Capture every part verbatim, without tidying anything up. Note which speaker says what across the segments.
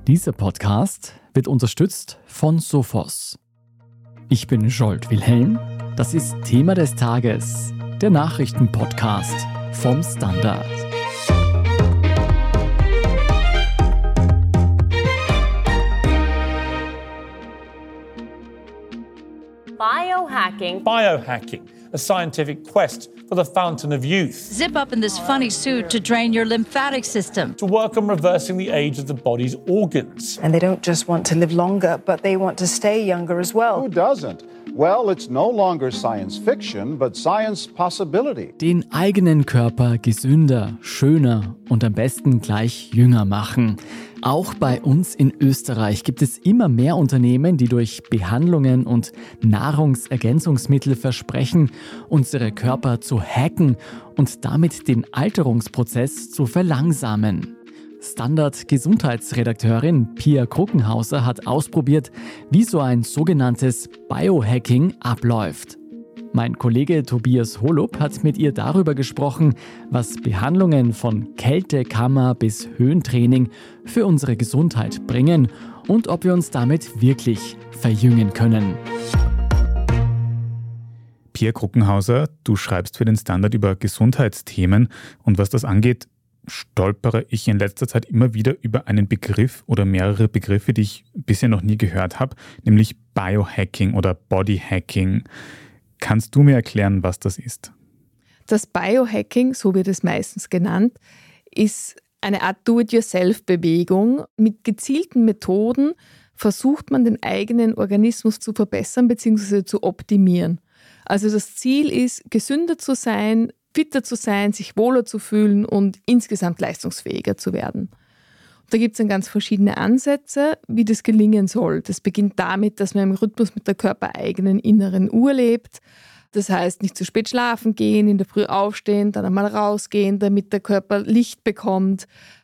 Speaker 1: Dieser Podcast wird unterstützt von Sophos. Ich bin Jolt Wilhelm. Das ist Thema des Tages, der Nachrichtenpodcast vom Standard.
Speaker 2: Biohacking.
Speaker 3: Biohacking, a scientific quest for the fountain of youth.
Speaker 4: Zip up in this funny suit to drain your lymphatic system.
Speaker 3: To work on reversing the age of the body's organs.
Speaker 5: And they don't just want to live longer, but they want to stay younger as well.
Speaker 6: Who doesn't? Well, it's no longer science fiction, but science possibility.
Speaker 1: Den eigenen Körper gesünder, schöner und am besten gleich jünger machen. Auch bei uns in Österreich gibt es immer mehr Unternehmen, die durch Behandlungen und Nahrungsergänzungsmittel versprechen, unsere Körper zu hacken und damit den Alterungsprozess zu verlangsamen. Standard-Gesundheitsredakteurin Pia Kruckenhauser hat ausprobiert, wie so ein sogenanntes Biohacking abläuft. Mein Kollege Tobias Holub hat mit ihr darüber gesprochen, was Behandlungen von Kältekammer bis Höhentraining für unsere Gesundheit bringen und ob wir uns damit wirklich verjüngen können.
Speaker 7: Pia Kruckenhauser, du schreibst für den Standard über Gesundheitsthemen und was das angeht, stolpere ich in letzter Zeit immer wieder über einen Begriff oder mehrere Begriffe, die ich bisher noch nie gehört habe, nämlich Biohacking oder Bodyhacking. Kannst du mir erklären, was das ist?
Speaker 8: Das Biohacking, so wird es meistens genannt, ist eine Art Do-it-yourself-Bewegung. Mit gezielten Methoden versucht man, den eigenen Organismus zu verbessern bzw. zu optimieren. Also das Ziel ist, gesünder zu sein, fitter zu sein, sich wohler zu fühlen und insgesamt leistungsfähiger zu werden. Da gibt es dann ganz verschiedene Ansätze, wie das gelingen soll. Das beginnt damit, dass man im Rhythmus mit der körpereigenen inneren Uhr lebt. Das heißt, nicht zu spät schlafen gehen, in der Früh aufstehen, dann einmal rausgehen, damit der Körper Licht bekommt.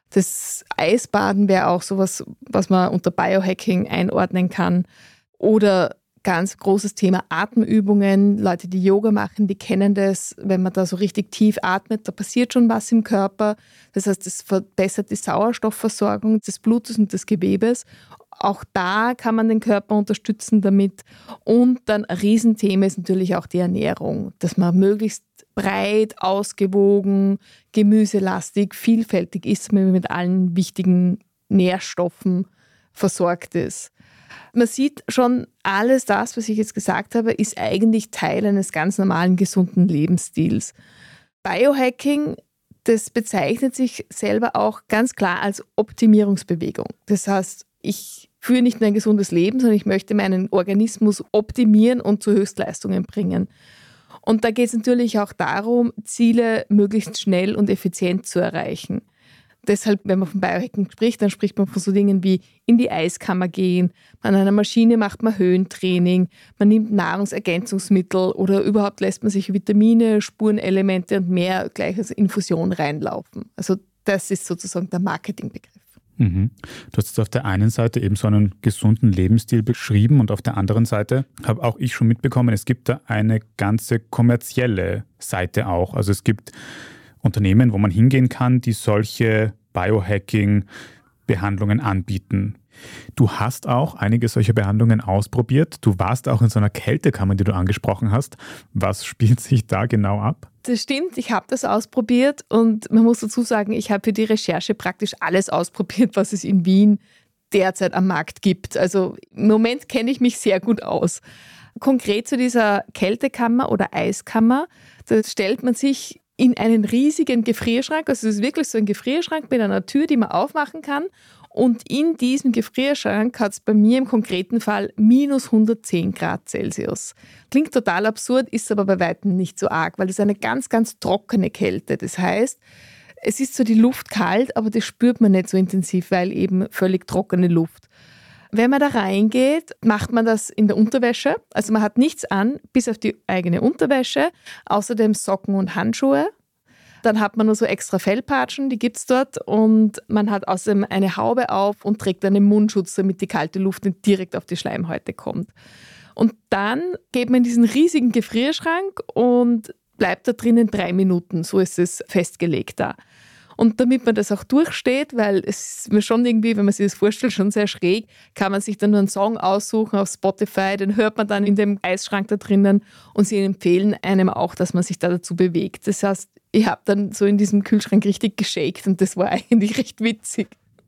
Speaker 8: Das Eisbaden wäre auch sowas, was man unter Biohacking einordnen kann. Oder ganz großes Thema Atemübungen. Leute, die Yoga machen, die kennen das. Wenn man da so richtig tief atmet, da passiert schon was im Körper. Das heißt, das verbessert die Sauerstoffversorgung des Blutes und des Gewebes. Auch da kann man den Körper unterstützen damit. Und dann ein Riesenthema ist natürlich auch die Ernährung, dass man möglichst breit, ausgewogen, gemüselastig, vielfältig ist, mit allen wichtigen Nährstoffen versorgt ist. Man sieht schon, alles das, was ich jetzt gesagt habe, ist eigentlich Teil eines ganz normalen, gesunden Lebensstils. Biohacking, das bezeichnet sich selber auch ganz klar als Optimierungsbewegung. Das heißt, ich führe nicht nur ein gesundes Leben, sondern ich möchte meinen Organismus optimieren und zu Höchstleistungen bringen. Und da geht es natürlich auch darum, Ziele möglichst schnell und effizient zu erreichen. Deshalb, wenn man von Biohacking spricht, dann spricht man von so Dingen wie in die Eiskammer gehen, an einer Maschine macht man Höhentraining, man nimmt Nahrungsergänzungsmittel oder überhaupt lässt man sich Vitamine, Spurenelemente und mehr gleich als Infusion reinlaufen. Also das ist sozusagen der Marketingbegriff.
Speaker 7: Mhm. Du hast jetzt auf der einen Seite eben so einen gesunden Lebensstil beschrieben und auf der anderen Seite habe auch ich schon mitbekommen, es gibt da eine ganze kommerzielle Seite auch. Also es gibt Unternehmen, wo man hingehen kann, die solche Biohacking-Behandlungen anbieten. Du hast auch einige solcher Behandlungen ausprobiert. Du warst auch in so einer Kältekammer, die du angesprochen hast. Was spielt sich da genau ab?
Speaker 8: Das stimmt, ich habe das ausprobiert und man muss dazu sagen, ich habe für die Recherche praktisch alles ausprobiert, was es in Wien derzeit am Markt gibt. Also im Moment kenne ich mich sehr gut aus. Konkret zu dieser Kältekammer oder Eiskammer, da stellt man sich in einen riesigen Gefrierschrank, also es ist wirklich so ein Gefrierschrank mit einer Tür, die man aufmachen kann. Und in diesem Gefrierschrank hat es bei mir im konkreten Fall minus hundertzehn Grad Celsius. Klingt total absurd, ist aber bei weitem nicht so arg, weil es eine ganz, ganz trockene Kälte. Das heißt, es ist zwar die Luft kalt, aber das spürt man nicht so intensiv, weil eben völlig trockene Luft. Wenn man da reingeht, macht man das in der Unterwäsche. Also man hat nichts an, bis auf die eigene Unterwäsche, außerdem Socken und Handschuhe. Dann hat man nur so extra Fellpatschen, die gibt es dort. Und man hat außerdem eine Haube auf und trägt einen Mundschutz, damit die kalte Luft nicht direkt auf die Schleimhäute kommt. Und dann geht man in diesen riesigen Gefrierschrank und bleibt da drinnen drei Minuten. So ist es festgelegt da. Und damit man das auch durchsteht, weil es ist mir schon irgendwie, wenn man sich das vorstellt, schon sehr schräg, kann man sich dann nur einen Song aussuchen auf Spotify, den hört man dann in dem Eisschrank da drinnen und sie empfehlen einem auch, dass man sich da dazu bewegt. Das heißt, ich habe dann so in diesem Kühlschrank richtig geshakt und das war eigentlich recht witzig.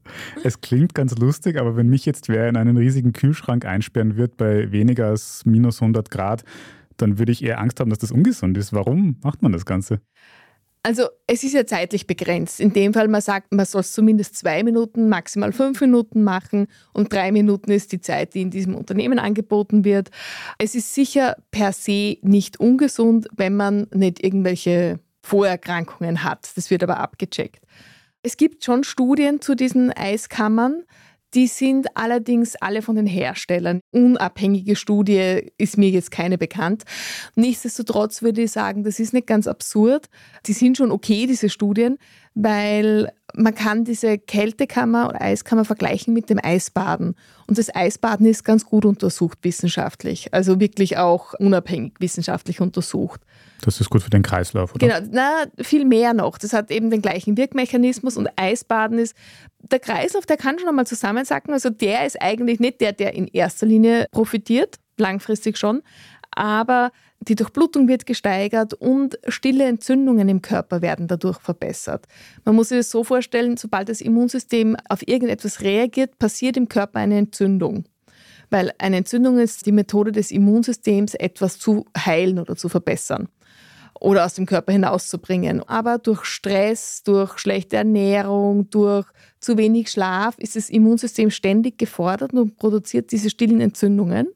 Speaker 7: Es klingt ganz lustig, aber wenn mich jetzt wer in einen riesigen Kühlschrank einsperren wird bei weniger als minus hundert Grad, dann würde ich eher Angst haben, dass das ungesund ist. Warum macht man das Ganze?
Speaker 8: Also es ist ja zeitlich begrenzt. In dem Fall, man sagt, man soll es zumindest zwei Minuten, maximal fünf Minuten machen und drei Minuten ist die Zeit, die in diesem Unternehmen angeboten wird. Es ist sicher per se nicht ungesund, wenn man nicht irgendwelche Vorerkrankungen hat. Das wird aber abgecheckt. Es gibt schon Studien zu diesen Eiskammern, die sind allerdings alle von den Herstellern. Unabhängige Studie ist mir jetzt keine bekannt. Nichtsdestotrotz würde ich sagen, das ist nicht ganz absurd. Die sind schon okay, diese Studien, weil man kann diese Kältekammer oder Eiskammer vergleichen mit dem Eisbaden. Und das Eisbaden ist ganz gut untersucht wissenschaftlich, also wirklich auch unabhängig wissenschaftlich untersucht.
Speaker 7: Das ist gut für den Kreislauf, oder?
Speaker 8: Genau, na, viel mehr noch. Das hat eben den gleichen Wirkmechanismus und Eisbaden ist, der Kreislauf, der kann schon einmal zusammensacken. Also der ist eigentlich nicht der, der in erster Linie profitiert, langfristig schon, aber die Durchblutung wird gesteigert und stille Entzündungen im Körper werden dadurch verbessert. Man muss sich das so vorstellen, sobald das Immunsystem auf irgendetwas reagiert, passiert im Körper eine Entzündung. Weil eine Entzündung ist die Methode des Immunsystems, etwas zu heilen oder zu verbessern oder aus dem Körper hinauszubringen. Aber durch Stress, durch schlechte Ernährung, durch zu wenig Schlaf ist das Immunsystem ständig gefordert und produziert diese stillen Entzündungen.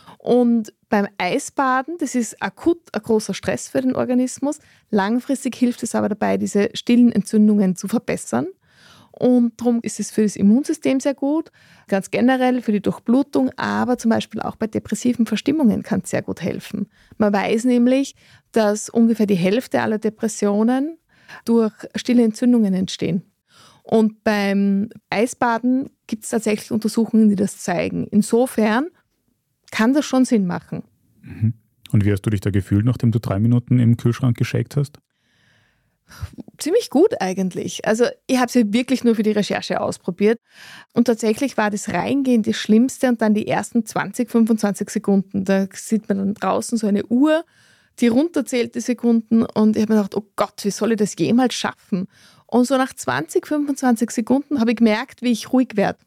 Speaker 8: Und beim Eisbaden, das ist akut ein großer Stress für den Organismus. Langfristig hilft es aber dabei, diese stillen Entzündungen zu verbessern. Und darum ist es für das Immunsystem sehr gut, ganz generell für die Durchblutung, aber zum Beispiel auch bei depressiven Verstimmungen kann es sehr gut helfen. Man weiß nämlich, dass ungefähr die Hälfte aller Depressionen durch stille Entzündungen entstehen. Und beim Eisbaden gibt es tatsächlich Untersuchungen, die das zeigen. Insofern kann das schon Sinn machen.
Speaker 7: Mhm. Und wie hast du dich da gefühlt, nachdem du drei Minuten im Kühlschrank geshakt hast?
Speaker 8: Ziemlich gut eigentlich. Also ich habe es ja wirklich nur für die Recherche ausprobiert und tatsächlich war das Reingehen das Schlimmste und dann die ersten zwanzig, fünfundzwanzig Sekunden. Da sieht man dann draußen so eine Uhr, die runterzählt die Sekunden und ich habe mir gedacht, oh Gott, wie soll ich das jemals schaffen? Und so nach zwanzig, fünfundzwanzig Sekunden habe ich gemerkt, wie ich ruhig werde.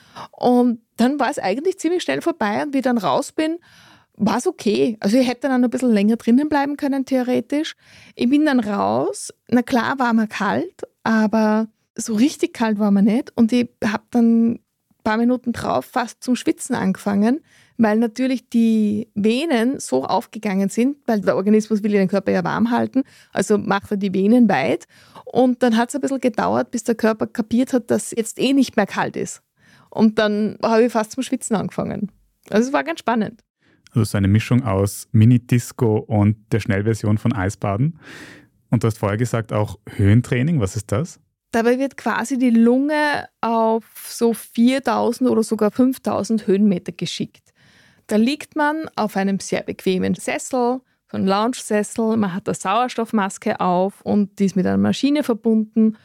Speaker 8: Und dann war es eigentlich ziemlich schnell vorbei und wie ich dann raus bin, war es okay. Also ich hätte dann noch ein bisschen länger drinnen bleiben können, theoretisch. Ich bin dann raus. Na klar war mir kalt, aber so richtig kalt war mir nicht. Und ich habe dann ein paar Minuten drauf fast zum Schwitzen angefangen, weil natürlich die Venen so aufgegangen sind, weil der Organismus will ja den Körper ja warm halten, also macht er die Venen weit. Und dann hat es ein bisschen gedauert, bis der Körper kapiert hat, dass jetzt eh nicht mehr kalt ist. Und dann habe ich fast zum Schwitzen angefangen. Also es war ganz spannend.
Speaker 7: Also so eine Mischung aus Mini-Disco und der Schnellversion von Eisbaden. Und du hast vorher gesagt, auch Höhentraining. Was ist das?
Speaker 8: Dabei wird quasi die Lunge auf so viertausend oder sogar fünftausend Höhenmeter geschickt. Da liegt man auf einem sehr bequemen Sessel, so ein Lounge-Sessel. Man hat eine Sauerstoffmaske auf und die ist mit einer Maschine verbunden.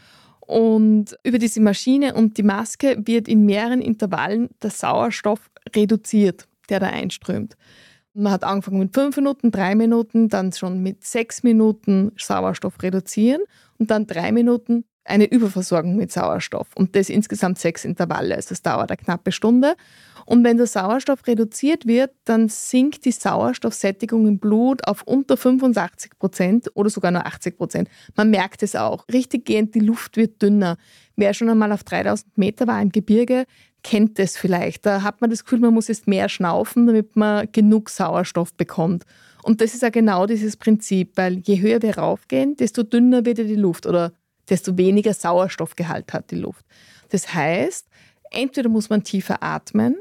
Speaker 8: Und über diese Maschine und die Maske wird in mehreren Intervallen der Sauerstoff reduziert, der da einströmt. Man hat angefangen mit fünf Minuten, drei Minuten, dann schon mit sechs Minuten Sauerstoff reduzieren und dann drei Minuten eine Überversorgung mit Sauerstoff. Und das insgesamt sechs Intervalle, also das dauert eine knappe Stunde. Und wenn der Sauerstoff reduziert wird, dann sinkt die Sauerstoffsättigung im Blut auf unter fünfundachtzig Prozent oder sogar nur achtzig Prozent. Man merkt es auch. Richtig gehend, die Luft wird dünner. Wer schon einmal auf dreitausend Meter war im Gebirge, kennt das vielleicht. Da hat man das Gefühl, man muss jetzt mehr schnaufen, damit man genug Sauerstoff bekommt. Und das ist ja genau dieses Prinzip, weil je höher wir raufgehen, desto dünner wird ja die Luft oder desto weniger Sauerstoffgehalt hat die Luft. Das heißt, entweder muss man tiefer atmen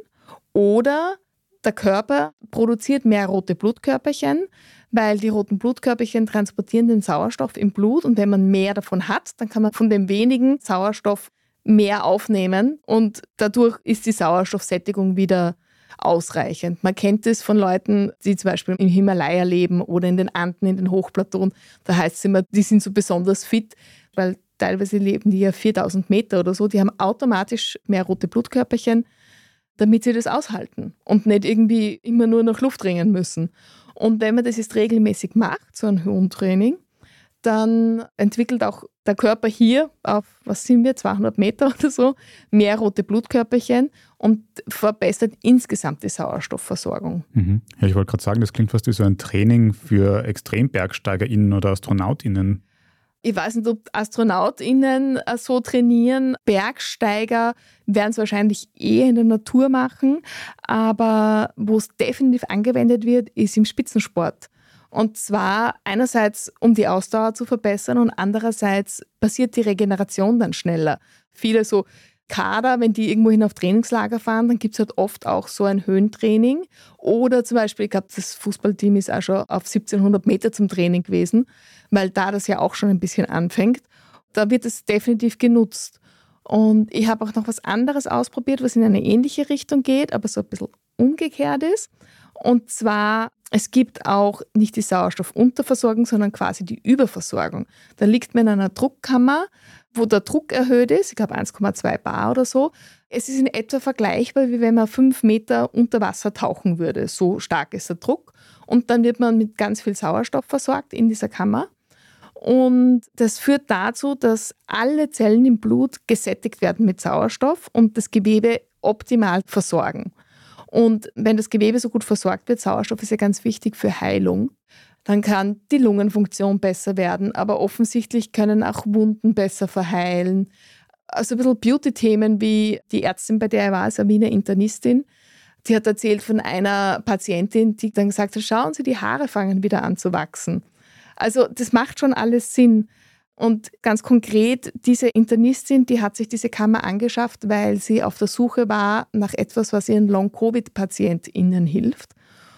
Speaker 8: oder der Körper produziert mehr rote Blutkörperchen, weil die roten Blutkörperchen transportieren den Sauerstoff im Blut und wenn man mehr davon hat, dann kann man von dem wenigen Sauerstoff mehr aufnehmen und dadurch ist die Sauerstoffsättigung wieder ausreichend. Man kennt es von Leuten, die zum Beispiel im Himalaya leben oder in den Anden, in den Hochplateaus. Da heißt es immer, die sind so besonders fit, weil teilweise leben die ja viertausend Meter oder so, die haben automatisch mehr rote Blutkörperchen, damit sie das aushalten und nicht irgendwie immer nur nach Luft ringen müssen. Und wenn man das jetzt regelmäßig macht, so ein Höhentraining, dann entwickelt auch der Körper hier auf, was sind wir, zweihundert Meter oder so, mehr rote Blutkörperchen und verbessert insgesamt die Sauerstoffversorgung.
Speaker 7: Mhm. Ja, ich wollte gerade sagen, das klingt fast wie so ein Training für ExtrembergsteigerInnen oder AstronautInnen.
Speaker 8: Ich weiß nicht, ob AstronautInnen so trainieren. Bergsteiger werden es wahrscheinlich eher in der Natur machen. Aber wo es definitiv angewendet wird, ist im Spitzensport. Und zwar einerseits, um die Ausdauer zu verbessern und andererseits passiert die Regeneration dann schneller. Viele so Kader, wenn die irgendwohin auf Trainingslager fahren, dann gibt es halt oft auch so ein Höhentraining. Oder zum Beispiel, ich glaube, das Fußballteam ist auch schon auf siebzehnhundert Meter zum Training gewesen, weil da das ja auch schon ein bisschen anfängt. Da wird es definitiv genutzt. Und ich habe auch noch was anderes ausprobiert, was in eine ähnliche Richtung geht, aber so ein bisschen umgekehrt ist. Und zwar, es gibt auch nicht die Sauerstoffunterversorgung, sondern quasi die Überversorgung. Da liegt man in einer Druckkammer, wo der Druck erhöht ist, ich glaube eins Komma zwei Bar oder so. Es ist in etwa vergleichbar, wie wenn man fünf Meter unter Wasser tauchen würde. So stark ist der Druck. Und dann wird man mit ganz viel Sauerstoff versorgt in dieser Kammer. Und das führt dazu, dass alle Zellen im Blut gesättigt werden mit Sauerstoff und das Gewebe optimal versorgen. Und wenn das Gewebe so gut versorgt wird, Sauerstoff ist ja ganz wichtig für Heilung, dann kann die Lungenfunktion besser werden, aber offensichtlich können auch Wunden besser verheilen. Also ein bisschen Beauty-Themen wie die Ärztin, bei der ich war, ist eine Wiener Internistin, die hat erzählt von einer Patientin, die dann gesagt hat, schauen Sie, die Haare fangen wieder an zu wachsen. Also das macht schon alles Sinn. Und ganz konkret, diese Internistin, die hat sich diese Kammer angeschafft, weil sie auf der Suche war nach etwas, was ihren Long-Covid-PatientInnen hilft.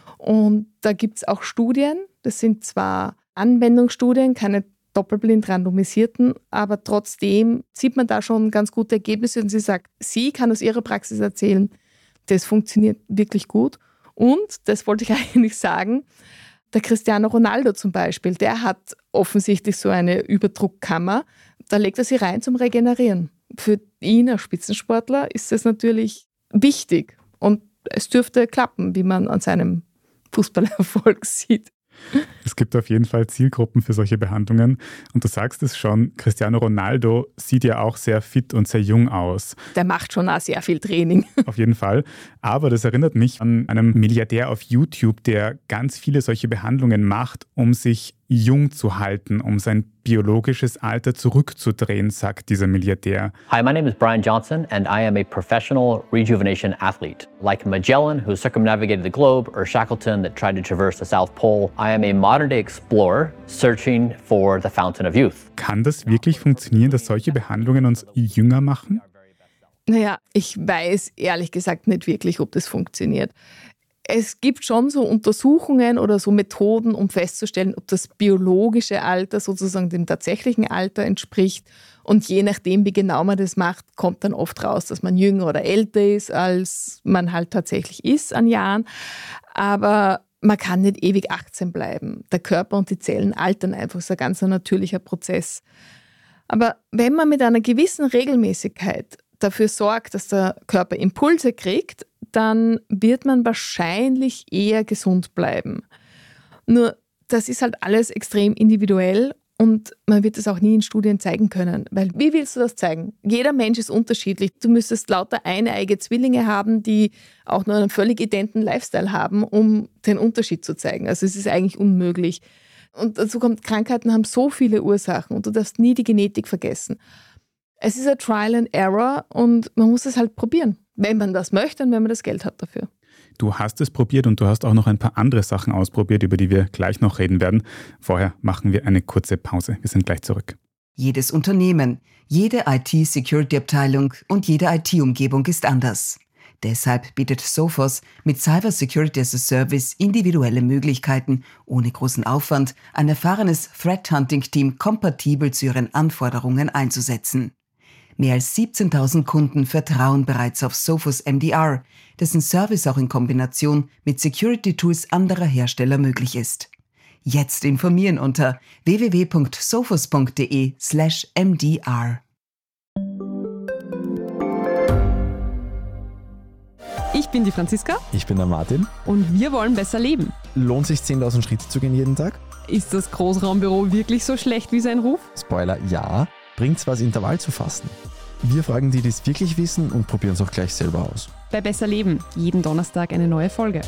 Speaker 8: Und da gibt es auch Studien, das sind zwar Anwendungsstudien, keine doppelblind randomisierten, aber trotzdem sieht man da schon ganz gute Ergebnisse. Und sie sagt, sie kann aus ihrer Praxis erzählen, das funktioniert wirklich gut. Und, das wollte ich eigentlich sagen, der Cristiano Ronaldo zum Beispiel, der hat offensichtlich so eine Überdruckkammer. Da legt er sie rein zum Regenerieren. Für ihn als Spitzensportler ist das natürlich wichtig. Und es dürfte klappen, wie man an seinem Fußballerfolg sieht.
Speaker 7: Es gibt auf jeden Fall Zielgruppen für solche Behandlungen. Und du sagst es schon, Cristiano Ronaldo sieht ja auch sehr fit und sehr jung aus.
Speaker 8: Der macht schon auch sehr viel Training.
Speaker 7: Auf jeden Fall. Aber das erinnert mich an einen Milliardär auf YouTube, der ganz viele solche Behandlungen macht, um sich jung zu halten, um sein biologisches Alter zurückzudrehen, sagt dieser Milliardär.
Speaker 2: Hi, my name is Brian Johnson and I am a professional rejuvenation athlete. Like Magellan, who circumnavigated the globe, or Shackleton that tried to traverse the South Pole, I am a modern-day explorer searching for the fountain of youth.
Speaker 7: Kann das wirklich funktionieren, dass solche Behandlungen uns jünger machen?
Speaker 8: Naja, ich weiß ehrlich gesagt nicht wirklich, ob das funktioniert. Es gibt schon so Untersuchungen oder so Methoden, um festzustellen, ob das biologische Alter sozusagen dem tatsächlichen Alter entspricht. Und je nachdem, wie genau man das macht, kommt dann oft raus, dass man jünger oder älter ist, als man halt tatsächlich ist an Jahren. Aber man kann nicht ewig achtzehn bleiben. Der Körper und die Zellen altern einfach. Das ist ein ganz natürlicher Prozess. Aber wenn man mit einer gewissen Regelmäßigkeit dafür sorgt, dass der Körper Impulse kriegt, dann wird man wahrscheinlich eher gesund bleiben. Nur, das ist halt alles extrem individuell und man wird es auch nie in Studien zeigen können. Weil, wie willst du das zeigen? Jeder Mensch ist unterschiedlich. Du müsstest lauter eineige Zwillinge haben, die auch nur einen völlig identen Lifestyle haben, um den Unterschied zu zeigen. Also es ist eigentlich unmöglich. Und dazu kommt, Krankheiten haben so viele Ursachen und du darfst nie die Genetik vergessen. Es ist ein Trial and Error und man muss es halt probieren, wenn man das möchte und wenn man das Geld hat dafür.
Speaker 7: Du hast es probiert und du hast auch noch ein paar andere Sachen ausprobiert, über die wir gleich noch reden werden. Vorher machen wir eine kurze Pause. Wir sind gleich zurück.
Speaker 9: Jedes Unternehmen, jede I T-Security-Abteilung und jede I T-Umgebung ist anders. Deshalb bietet Sophos mit Cyber Security as a Service individuelle Möglichkeiten, ohne großen Aufwand ein erfahrenes Threat-Hunting-Team kompatibel zu ihren Anforderungen einzusetzen. Mehr als siebzehntausend Kunden vertrauen bereits auf Sophos M D R, dessen Service auch in Kombination mit Security-Tools anderer Hersteller möglich ist. Jetzt informieren unter w w w punkt sophos punkt d e slash m d r.
Speaker 10: Ich bin die Franziska.
Speaker 11: Ich bin der Martin.
Speaker 10: Und wir wollen besser leben.
Speaker 11: Lohnt sich zehntausend Schritte zu gehen jeden Tag?
Speaker 10: Ist das Großraumbüro wirklich so schlecht wie sein Ruf?
Speaker 11: Spoiler, ja. Bringt's was, Intervall zu fasten? Wir fragen die, die es wirklich wissen und probieren es auch gleich selber aus.
Speaker 10: Bei Besser Leben, jeden Donnerstag eine neue Folge.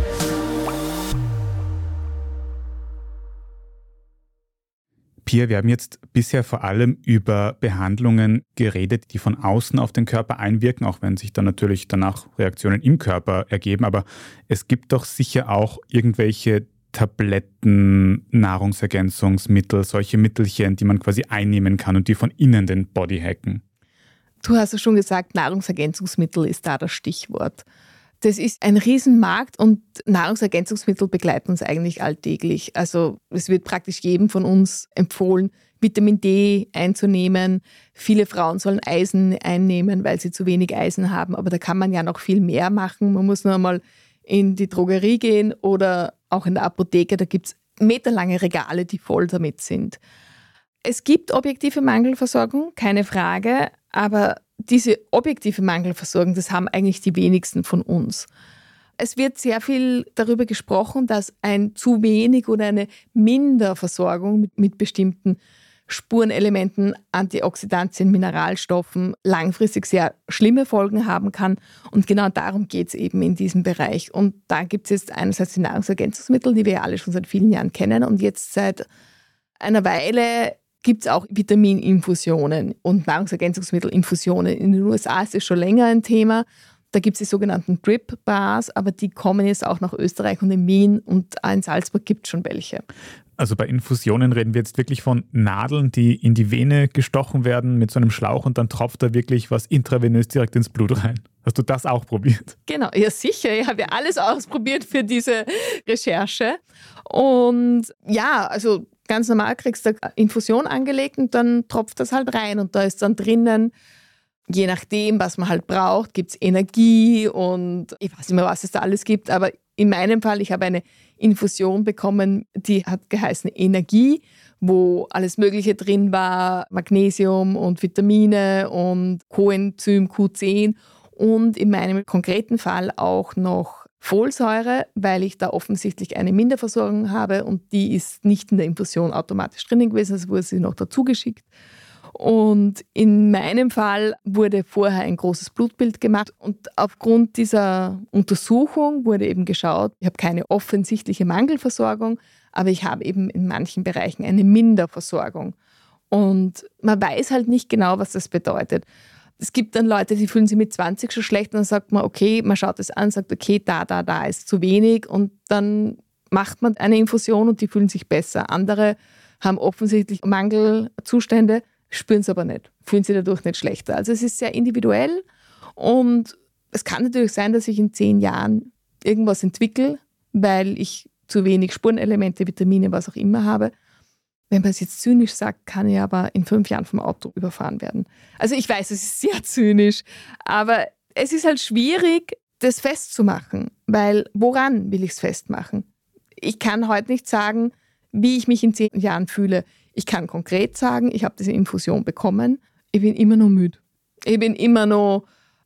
Speaker 7: Pia, wir haben jetzt bisher vor allem über Behandlungen geredet, die von außen auf den Körper einwirken, auch wenn sich dann natürlich danach Reaktionen im Körper ergeben. Aber es gibt doch sicher auch irgendwelche Tabletten, Nahrungsergänzungsmittel, solche Mittelchen, die man quasi einnehmen kann und die von innen den Body hacken.
Speaker 8: Du hast ja schon gesagt, Nahrungsergänzungsmittel ist da das Stichwort. Das ist ein Riesenmarkt und Nahrungsergänzungsmittel begleiten uns eigentlich alltäglich. Also es wird praktisch jedem von uns empfohlen, Vitamin D einzunehmen. Viele Frauen sollen Eisen einnehmen, weil sie zu wenig Eisen haben. Aber da kann man ja noch viel mehr machen. Man muss nur einmal in die Drogerie gehen oder auch in der Apotheke. Da gibt es meterlange Regale, die voll damit sind. Es gibt objektive Mangelversorgung, keine Frage. Aber diese objektive Mangelversorgung, das haben eigentlich die wenigsten von uns. Es wird sehr viel darüber gesprochen, dass ein zu wenig oder eine Minderversorgung mit, mit bestimmten Spurenelementen, Antioxidantien, Mineralstoffen langfristig sehr schlimme Folgen haben kann. Und genau darum geht es eben in diesem Bereich. Und da gibt es jetzt einerseits die Nahrungsergänzungsmittel, die wir ja alle schon seit vielen Jahren kennen. Und jetzt seit einer Weile gibt es auch Vitamininfusionen und Nahrungsergänzungsmittelinfusionen. In den U S A ist es schon länger ein Thema. Da gibt es die sogenannten Drip-Bars, aber die kommen jetzt auch nach Österreich und in Wien und in Salzburg gibt es schon welche.
Speaker 7: Also bei Infusionen reden wir jetzt wirklich von Nadeln, die in die Vene gestochen werden mit so einem Schlauch und dann tropft da wirklich was intravenös direkt ins Blut rein. Hast du das auch probiert?
Speaker 8: Genau, ja sicher. Ich habe ja alles ausprobiert für diese Recherche. Und ja, also ganz normal kriegst du eine Infusion angelegt und dann tropft das halt rein und da ist dann drinnen, je nachdem, was man halt braucht, gibt es Energie und ich weiß nicht mehr, was es da alles gibt, aber in meinem Fall, ich habe eine Infusion bekommen, die hat geheißen Energie, wo alles Mögliche drin war, Magnesium und Vitamine und Coenzym Q zehn und in meinem konkreten Fall auch noch Folsäure, weil ich da offensichtlich eine Minderversorgung habe und die ist nicht in der Infusion automatisch drinnen gewesen, es wurde sie noch dazu geschickt. Und in meinem Fall wurde vorher ein großes Blutbild gemacht und aufgrund dieser Untersuchung wurde eben geschaut, ich habe keine offensichtliche Mangelversorgung, aber ich habe eben in manchen Bereichen eine Minderversorgung. Und man weiß halt nicht genau, was das bedeutet. Es gibt dann Leute, die fühlen sich mit zwanzig schon schlecht und dann sagt man, okay, man schaut es an, sagt, okay, da, da, da ist zu wenig und dann macht man eine Infusion und die fühlen sich besser. Andere haben offensichtlich Mangelzustände, spüren es aber nicht, fühlen sich dadurch nicht schlechter. Also es ist sehr individuell und es kann natürlich sein, dass ich in zehn Jahren irgendwas entwickle, weil ich zu wenig Spurenelemente, Vitamine, was auch immer habe. Wenn man es jetzt zynisch sagt, kann ich aber in fünf Jahren vom Auto überfahren werden. Also ich weiß, es ist sehr zynisch, aber es ist halt schwierig, das festzumachen, weil woran will ich es festmachen? Ich kann heute nicht sagen, wie ich mich in zehn Jahren fühle. Ich kann konkret sagen, ich habe diese Infusion bekommen, ich bin immer noch müde. Ich bin immer noch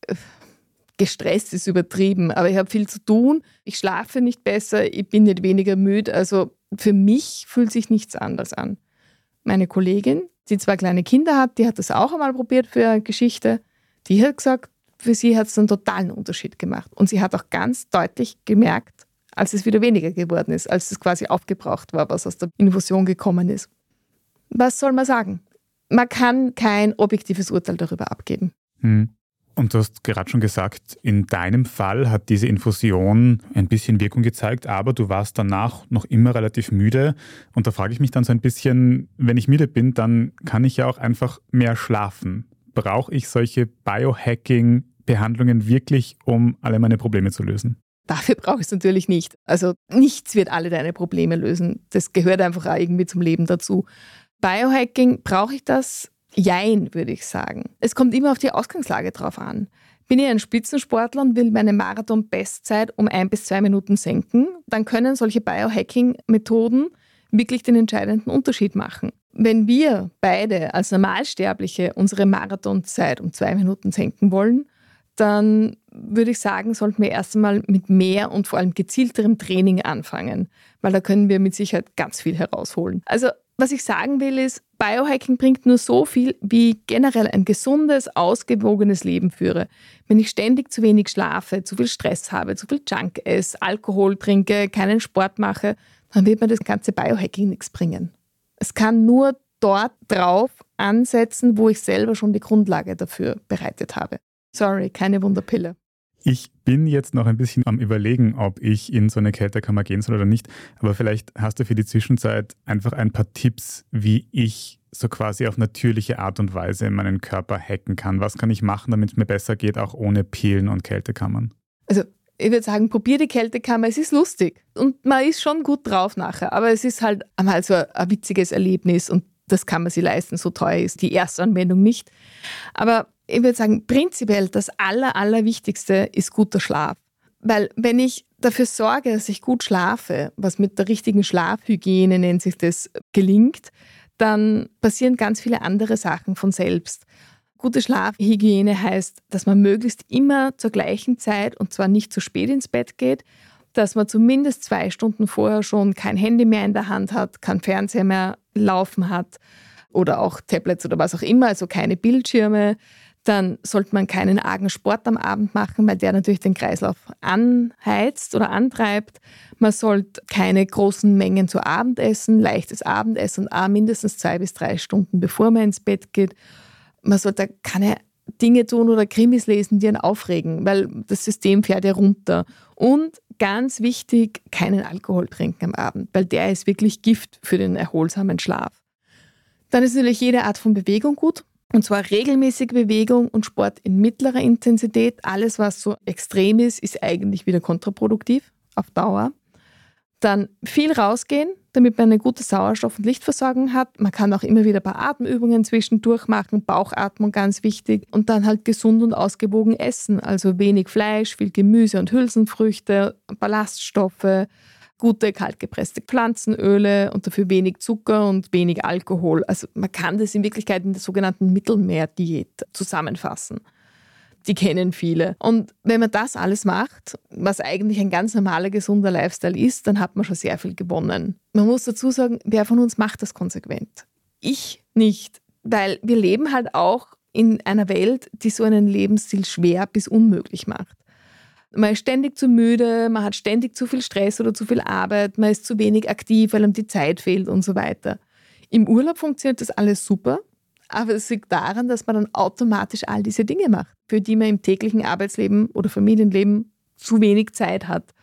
Speaker 8: gestresst, ist übertrieben, aber ich habe viel zu tun, ich schlafe nicht besser, ich bin nicht weniger müde, also für mich fühlt sich nichts anderes an. Meine Kollegin, die zwei kleine Kinder hat, die hat das auch einmal probiert für eine Geschichte. Die hat gesagt, für sie hat es einen totalen Unterschied gemacht. Und sie hat auch ganz deutlich gemerkt, als es wieder weniger geworden ist, als es quasi aufgebraucht war, was aus der Infusion gekommen ist. Was soll man sagen? Man kann kein objektives Urteil darüber abgeben.
Speaker 7: Hm. Und du hast gerade schon gesagt, in deinem Fall hat diese Infusion ein bisschen Wirkung gezeigt, aber du warst danach noch immer relativ müde. Und da frage ich mich dann so ein bisschen, wenn ich müde bin, dann kann ich ja auch einfach mehr schlafen. Brauche ich solche Biohacking-Behandlungen wirklich, um alle meine Probleme zu lösen?
Speaker 8: Dafür brauche ich es natürlich nicht. Also nichts wird alle deine Probleme lösen. Das gehört einfach auch irgendwie zum Leben dazu. Biohacking, brauche ich das? Jein, würde ich sagen. Es kommt immer auf die Ausgangslage drauf an. Bin ich ein Spitzensportler und will meine Marathon-Bestzeit um ein bis zwei Minuten senken, dann können solche Biohacking-Methoden wirklich den entscheidenden Unterschied machen. Wenn wir beide als Normalsterbliche unsere Marathonzeit um zwei Minuten senken wollen, dann würde ich sagen, sollten wir erst einmal mit mehr und vor allem gezielterem Training anfangen, weil da können wir mit Sicherheit ganz viel herausholen. Also was ich sagen will ist, Biohacking bringt nur so viel, wie generell ein gesundes, ausgewogenes Leben führe. Wenn ich ständig zu wenig schlafe, zu viel Stress habe, zu viel Junk esse, Alkohol trinke, keinen Sport mache, dann wird mir das ganze Biohacking nichts bringen. Es kann nur dort drauf ansetzen, wo ich selber schon die Grundlage dafür bereitet habe. Sorry, keine Wunderpille.
Speaker 7: Ich bin jetzt noch ein bisschen am Überlegen, ob ich in so eine Kältekammer gehen soll oder nicht. Aber vielleicht hast du für die Zwischenzeit einfach ein paar Tipps, wie ich so quasi auf natürliche Art und Weise meinen Körper hacken kann. Was kann ich machen, damit es mir besser geht, auch ohne Pillen und Kältekammern?
Speaker 8: Also ich würde sagen, probier die Kältekammer. Es ist lustig und man ist schon gut drauf nachher. Aber es ist halt einmal so ein witziges Erlebnis und das kann man sich leisten. So teuer ist die Erstanwendung nicht. Aber ich würde sagen, prinzipiell das Aller, Allerwichtigste ist guter Schlaf. Weil wenn ich dafür sorge, dass ich gut schlafe, was mit der richtigen Schlafhygiene, nennt sich das, gelingt, dann passieren ganz viele andere Sachen von selbst. Gute Schlafhygiene heißt, dass man möglichst immer zur gleichen Zeit und zwar nicht zu spät ins Bett geht, dass man zumindest zwei Stunden vorher schon kein Handy mehr in der Hand hat, kein Fernseher mehr laufen hat oder auch Tablets oder was auch immer, also keine Bildschirme. Dann sollte man keinen argen Sport am Abend machen, weil der natürlich den Kreislauf anheizt oder antreibt. Man sollte keine großen Mengen zu Abend essen, leichtes Abendessen und auch mindestens zwei bis drei Stunden, bevor man ins Bett geht. Man sollte keine Dinge tun oder Krimis lesen, die einen aufregen, weil das System fährt ja runter. Und ganz wichtig, keinen Alkohol trinken am Abend, weil der ist wirklich Gift für den erholsamen Schlaf. Dann ist natürlich jede Art von Bewegung gut. Und zwar regelmäßige Bewegung und Sport in mittlerer Intensität. Alles, was so extrem ist, ist eigentlich wieder kontraproduktiv auf Dauer. Dann viel rausgehen, damit man eine gute Sauerstoff- und Lichtversorgung hat. Man kann auch immer wieder ein paar Atemübungen zwischendurch machen, Bauchatmung ganz wichtig. Und dann halt gesund und ausgewogen essen. Also wenig Fleisch, viel Gemüse und Hülsenfrüchte, Ballaststoffe, gute kaltgepresste Pflanzenöle und dafür wenig Zucker und wenig Alkohol. Also man kann das in Wirklichkeit in der sogenannten Mittelmeerdiät zusammenfassen. Die kennen viele. Und wenn man das alles macht, was eigentlich ein ganz normaler, gesunder Lifestyle ist, dann hat man schon sehr viel gewonnen. Man muss dazu sagen, wer von uns macht das konsequent? Ich nicht, weil wir leben halt auch in einer Welt, die so einen Lebensstil schwer bis unmöglich macht. Man ist ständig zu müde, man hat ständig zu viel Stress oder zu viel Arbeit, man ist zu wenig aktiv, weil einem die Zeit fehlt und so weiter. Im Urlaub funktioniert das alles super, aber es liegt daran, dass man dann automatisch all diese Dinge macht, für die man im täglichen Arbeitsleben oder Familienleben zu wenig Zeit hat.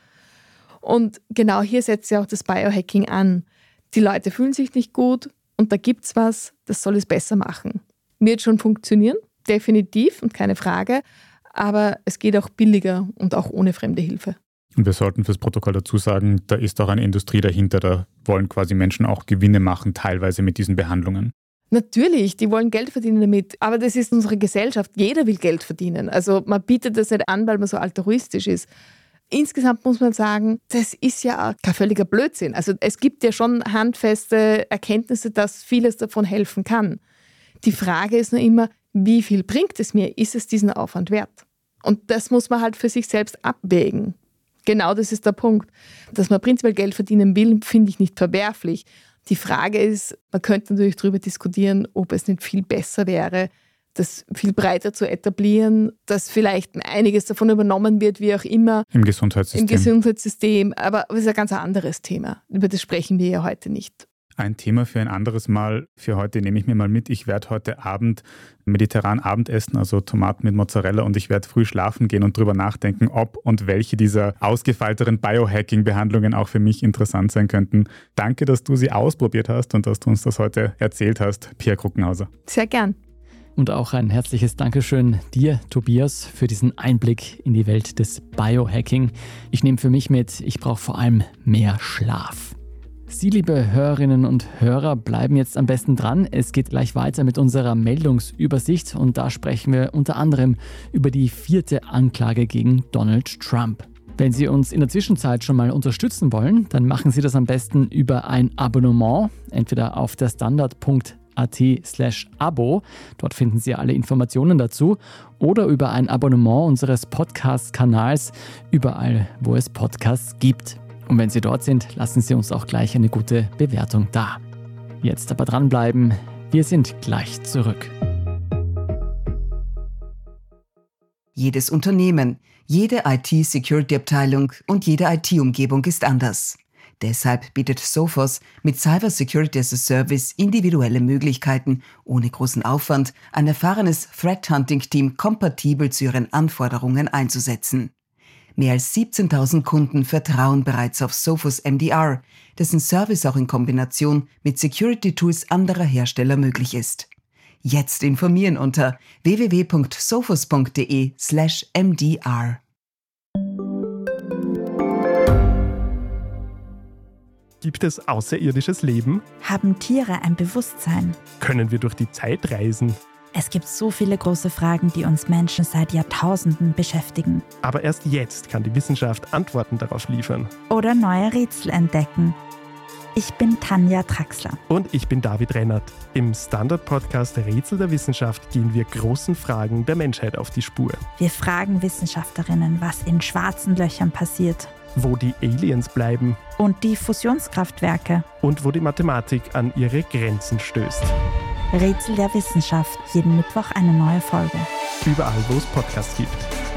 Speaker 8: Und genau hier setzt ja auch das Biohacking an. Die Leute fühlen sich nicht gut und da gibt es was, das soll es besser machen. Wird schon funktionieren, definitiv und keine Frage. Aber es geht auch billiger und auch ohne fremde Hilfe.
Speaker 7: Und wir sollten fürs Protokoll dazu sagen, da ist auch eine Industrie dahinter, da wollen quasi Menschen auch Gewinne machen, teilweise mit diesen Behandlungen.
Speaker 8: Natürlich, die wollen Geld verdienen damit, aber das ist unsere Gesellschaft. Jeder will Geld verdienen. Also man bietet das nicht an, weil man so altruistisch ist. Insgesamt muss man sagen, das ist ja kein völliger Blödsinn. Also es gibt ja schon handfeste Erkenntnisse, dass vieles davon helfen kann. Die Frage ist nur immer, wie viel bringt es mir? Ist es diesen Aufwand wert? Und das muss man halt für sich selbst abwägen. Genau das ist der Punkt. Dass man prinzipiell Geld verdienen will, finde ich nicht verwerflich. Die Frage ist, man könnte natürlich darüber diskutieren, ob es nicht viel besser wäre, das viel breiter zu etablieren, dass vielleicht einiges davon übernommen wird, wie auch immer.
Speaker 7: Im Gesundheitssystem.
Speaker 8: Im Gesundheitssystem. Aber das ist ein ganz anderes Thema. Über das sprechen wir ja heute nicht.
Speaker 7: Ein Thema für ein anderes Mal. Für heute nehme ich mir mal mit. Ich werde heute Abend mediterran Abendessen, also Tomaten mit Mozzarella, und ich werde früh schlafen gehen und drüber nachdenken, ob und welche dieser ausgefeilteren Biohacking-Behandlungen auch für mich interessant sein könnten. Danke, dass du sie ausprobiert hast und dass du uns das heute erzählt hast, Pia Kruckenhauser.
Speaker 8: Sehr gern.
Speaker 1: Und auch ein herzliches Dankeschön dir, Tobias, für diesen Einblick in die Welt des Biohacking. Ich nehme für mich mit, ich brauche vor allem mehr Schlaf. Sie, liebe Hörerinnen und Hörer, bleiben jetzt am besten dran. Es geht gleich weiter mit unserer Meldungsübersicht und da sprechen wir unter anderem über die vierte Anklage gegen Donald Trump. Wenn Sie uns in der Zwischenzeit schon mal unterstützen wollen, dann machen Sie das am besten über ein Abonnement, entweder auf der standard punkt at slash abo, dort finden Sie alle Informationen dazu, oder über ein Abonnement unseres Podcast-Kanals, überall, wo es Podcasts gibt. Und wenn Sie dort sind, lassen Sie uns auch gleich eine gute Bewertung da. Jetzt aber dranbleiben, wir sind gleich zurück.
Speaker 9: Jedes Unternehmen, jede I T-Security-Abteilung und jede I T-Umgebung ist anders. Deshalb bietet Sophos mit Cyber Security as a Service individuelle Möglichkeiten, ohne großen Aufwand ein erfahrenes Threat-Hunting-Team kompatibel zu ihren Anforderungen einzusetzen. Mehr als siebzehntausend Kunden vertrauen bereits auf Sophos M D R, dessen Service auch in Kombination mit Security-Tools anderer Hersteller möglich ist. Jetzt informieren unter w w w punkt sophos punkt d e slash m d r.
Speaker 12: Gibt es außerirdisches Leben?
Speaker 13: Haben Tiere ein Bewusstsein?
Speaker 12: Können wir durch die Zeit reisen?
Speaker 13: Es gibt so viele große Fragen, die uns Menschen seit Jahrtausenden beschäftigen.
Speaker 12: Aber erst jetzt kann die Wissenschaft Antworten darauf liefern.
Speaker 13: Oder neue Rätsel entdecken. Ich bin Tanja Traxler.
Speaker 12: Und ich bin David Rennert. Im Standard-Podcast Rätsel der Wissenschaft gehen wir großen Fragen der Menschheit auf die Spur.
Speaker 13: Wir fragen Wissenschaftlerinnen, was in schwarzen Löchern passiert.
Speaker 12: Wo die Aliens bleiben.
Speaker 13: Und die Fusionskraftwerke.
Speaker 12: Und wo die Mathematik an ihre Grenzen stößt.
Speaker 13: Rätsel der Wissenschaft. Jeden Mittwoch eine neue Folge.
Speaker 12: Überall, wo es Podcasts gibt.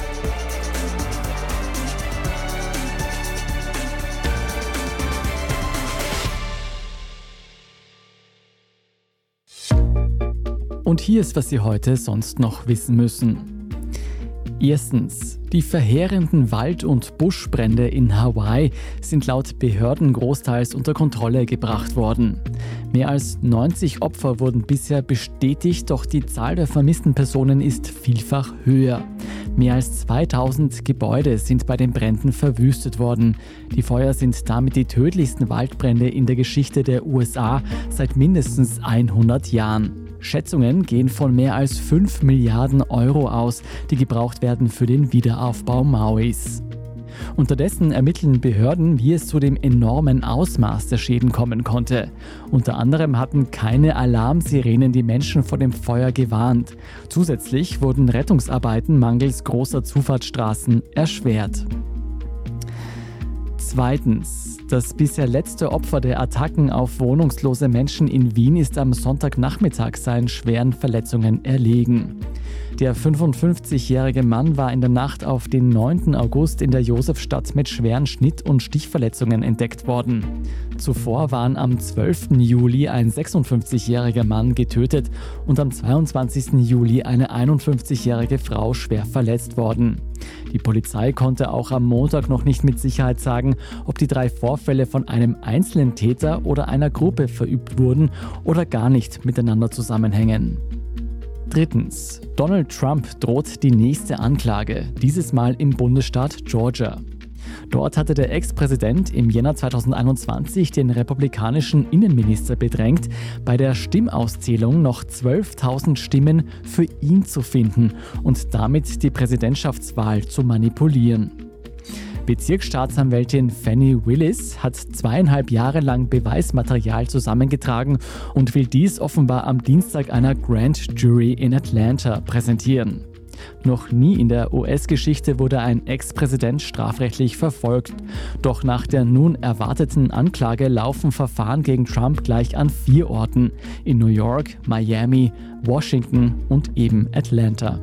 Speaker 1: Und hier ist, was Sie heute sonst noch wissen müssen. Erstens. Die verheerenden Wald- und Buschbrände in Hawaii sind laut Behörden großteils unter Kontrolle gebracht worden. Mehr als neunzig Opfer wurden bisher bestätigt, doch die Zahl der vermissten Personen ist vielfach höher. Mehr als zweitausend Gebäude sind bei den Bränden verwüstet worden. Die Feuer sind damit die tödlichsten Waldbrände in der Geschichte der U S A seit mindestens hundert Jahren. Schätzungen gehen von mehr als fünf Milliarden Euro aus, die gebraucht werden für den Wiederaufbau Mauis. Unterdessen ermitteln Behörden, wie es zu dem enormen Ausmaß der Schäden kommen konnte. Unter anderem hatten keine Alarmsirenen die Menschen vor dem Feuer gewarnt. Zusätzlich wurden Rettungsarbeiten mangels großer Zufahrtsstraßen erschwert. Zweitens. Das bisher letzte Opfer der Attacken auf wohnungslose Menschen in Wien ist am Sonntagnachmittag seinen schweren Verletzungen erlegen. Der fünfundfünfzigjährige Mann war in der Nacht auf den neunten August in der Josefstadt mit schweren Schnitt- und Stichverletzungen entdeckt worden. Zuvor waren am zwölften Juli ein sechsundfünfzigjähriger Mann getötet und am zweiundzwanzigsten Juli eine einundfünfzigjährige Frau schwer verletzt worden. Die Polizei konnte auch am Montag noch nicht mit Sicherheit sagen, ob die drei Vorfälle von einem einzelnen Täter oder einer Gruppe verübt wurden oder gar nicht miteinander zusammenhängen. Drittens. Donald Trump droht die nächste Anklage, dieses Mal im Bundesstaat Georgia. Dort hatte der Ex-Präsident im Jänner zweitausendeinundzwanzig den republikanischen Innenminister bedrängt, bei der Stimmauszählung noch zwölftausend Stimmen für ihn zu finden und damit die Präsidentschaftswahl zu manipulieren. Bezirksstaatsanwältin Fannie Willis hat zweieinhalb Jahre lang Beweismaterial zusammengetragen und will dies offenbar am Dienstag einer Grand Jury in Atlanta präsentieren. Noch nie in der U S-Geschichte wurde ein Ex-Präsident strafrechtlich verfolgt. Doch nach der nun erwarteten Anklage laufen Verfahren gegen Trump gleich an vier Orten: in New York, Miami, Washington und eben Atlanta.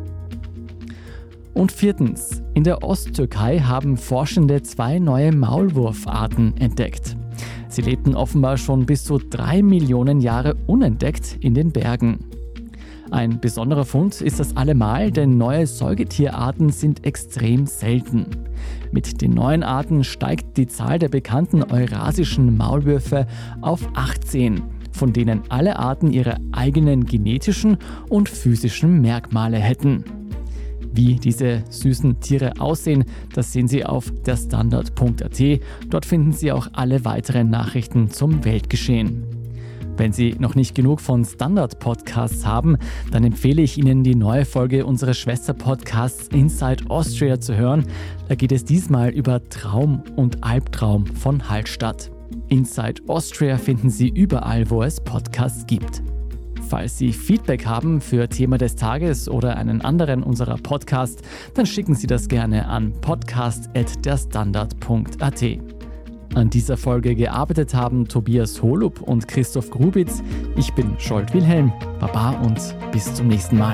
Speaker 1: Und viertens. In der Osttürkei haben Forschende zwei neue Maulwurfarten entdeckt. Sie lebten offenbar schon bis zu drei Millionen Jahre unentdeckt in den Bergen. Ein besonderer Fund ist das allemal, denn neue Säugetierarten sind extrem selten. Mit den neuen Arten steigt die Zahl der bekannten eurasischen Maulwürfe auf achtzehn, von denen alle Arten ihre eigenen genetischen und physischen Merkmale hätten. Wie diese süßen Tiere aussehen, das sehen Sie auf der standard punkt at. Dort finden Sie auch alle weiteren Nachrichten zum Weltgeschehen. Wenn Sie noch nicht genug von Standard-Podcasts haben, dann empfehle ich Ihnen, die neue Folge unseres Schwester-Podcasts Inside Austria zu hören. Da geht es diesmal über Traum und Albtraum von Hallstatt. Inside Austria finden Sie überall, wo es Podcasts gibt. Falls Sie Feedback haben für Thema des Tages oder einen anderen unserer Podcasts, dann schicken Sie das gerne an podcast at derstandard punkt a t. An dieser Folge gearbeitet haben Tobias Holub und Christoph Grubitz. Ich bin Scholt Wilhelm. Baba und bis zum nächsten Mal.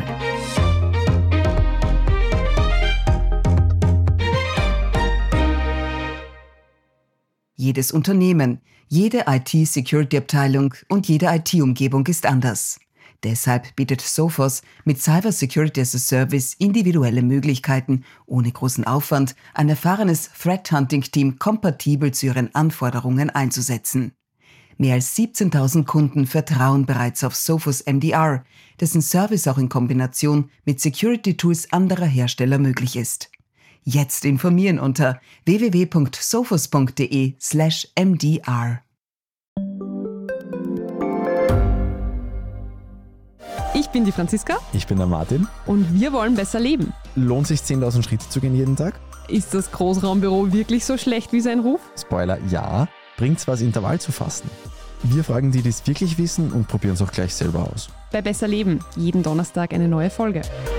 Speaker 9: Jedes Unternehmen, jede I T-Security-Abteilung und jede I T-Umgebung ist anders. Deshalb bietet Sophos mit Cyber Security as a Service individuelle Möglichkeiten, ohne großen Aufwand ein erfahrenes Threat-Hunting-Team kompatibel zu ihren Anforderungen einzusetzen. Mehr als siebzehntausend Kunden vertrauen bereits auf Sophos M D R, dessen Service auch in Kombination mit Security-Tools anderer Hersteller möglich ist. Jetzt informieren unter w w w punkt sophos punkt d e slash m d r.
Speaker 10: Ich bin die Franziska.
Speaker 11: Ich bin der Martin.
Speaker 10: Und wir wollen besser leben.
Speaker 11: Lohnt sich zehntausend Schritte zu gehen jeden Tag?
Speaker 10: Ist das Großraumbüro wirklich so schlecht wie sein Ruf?
Speaker 11: Spoiler, ja. Bringt's was, Intervall zu fasten? Wir fragen die, die es wirklich wissen und probieren es auch gleich selber aus.
Speaker 10: Bei Besser Leben, jeden Donnerstag eine neue Folge.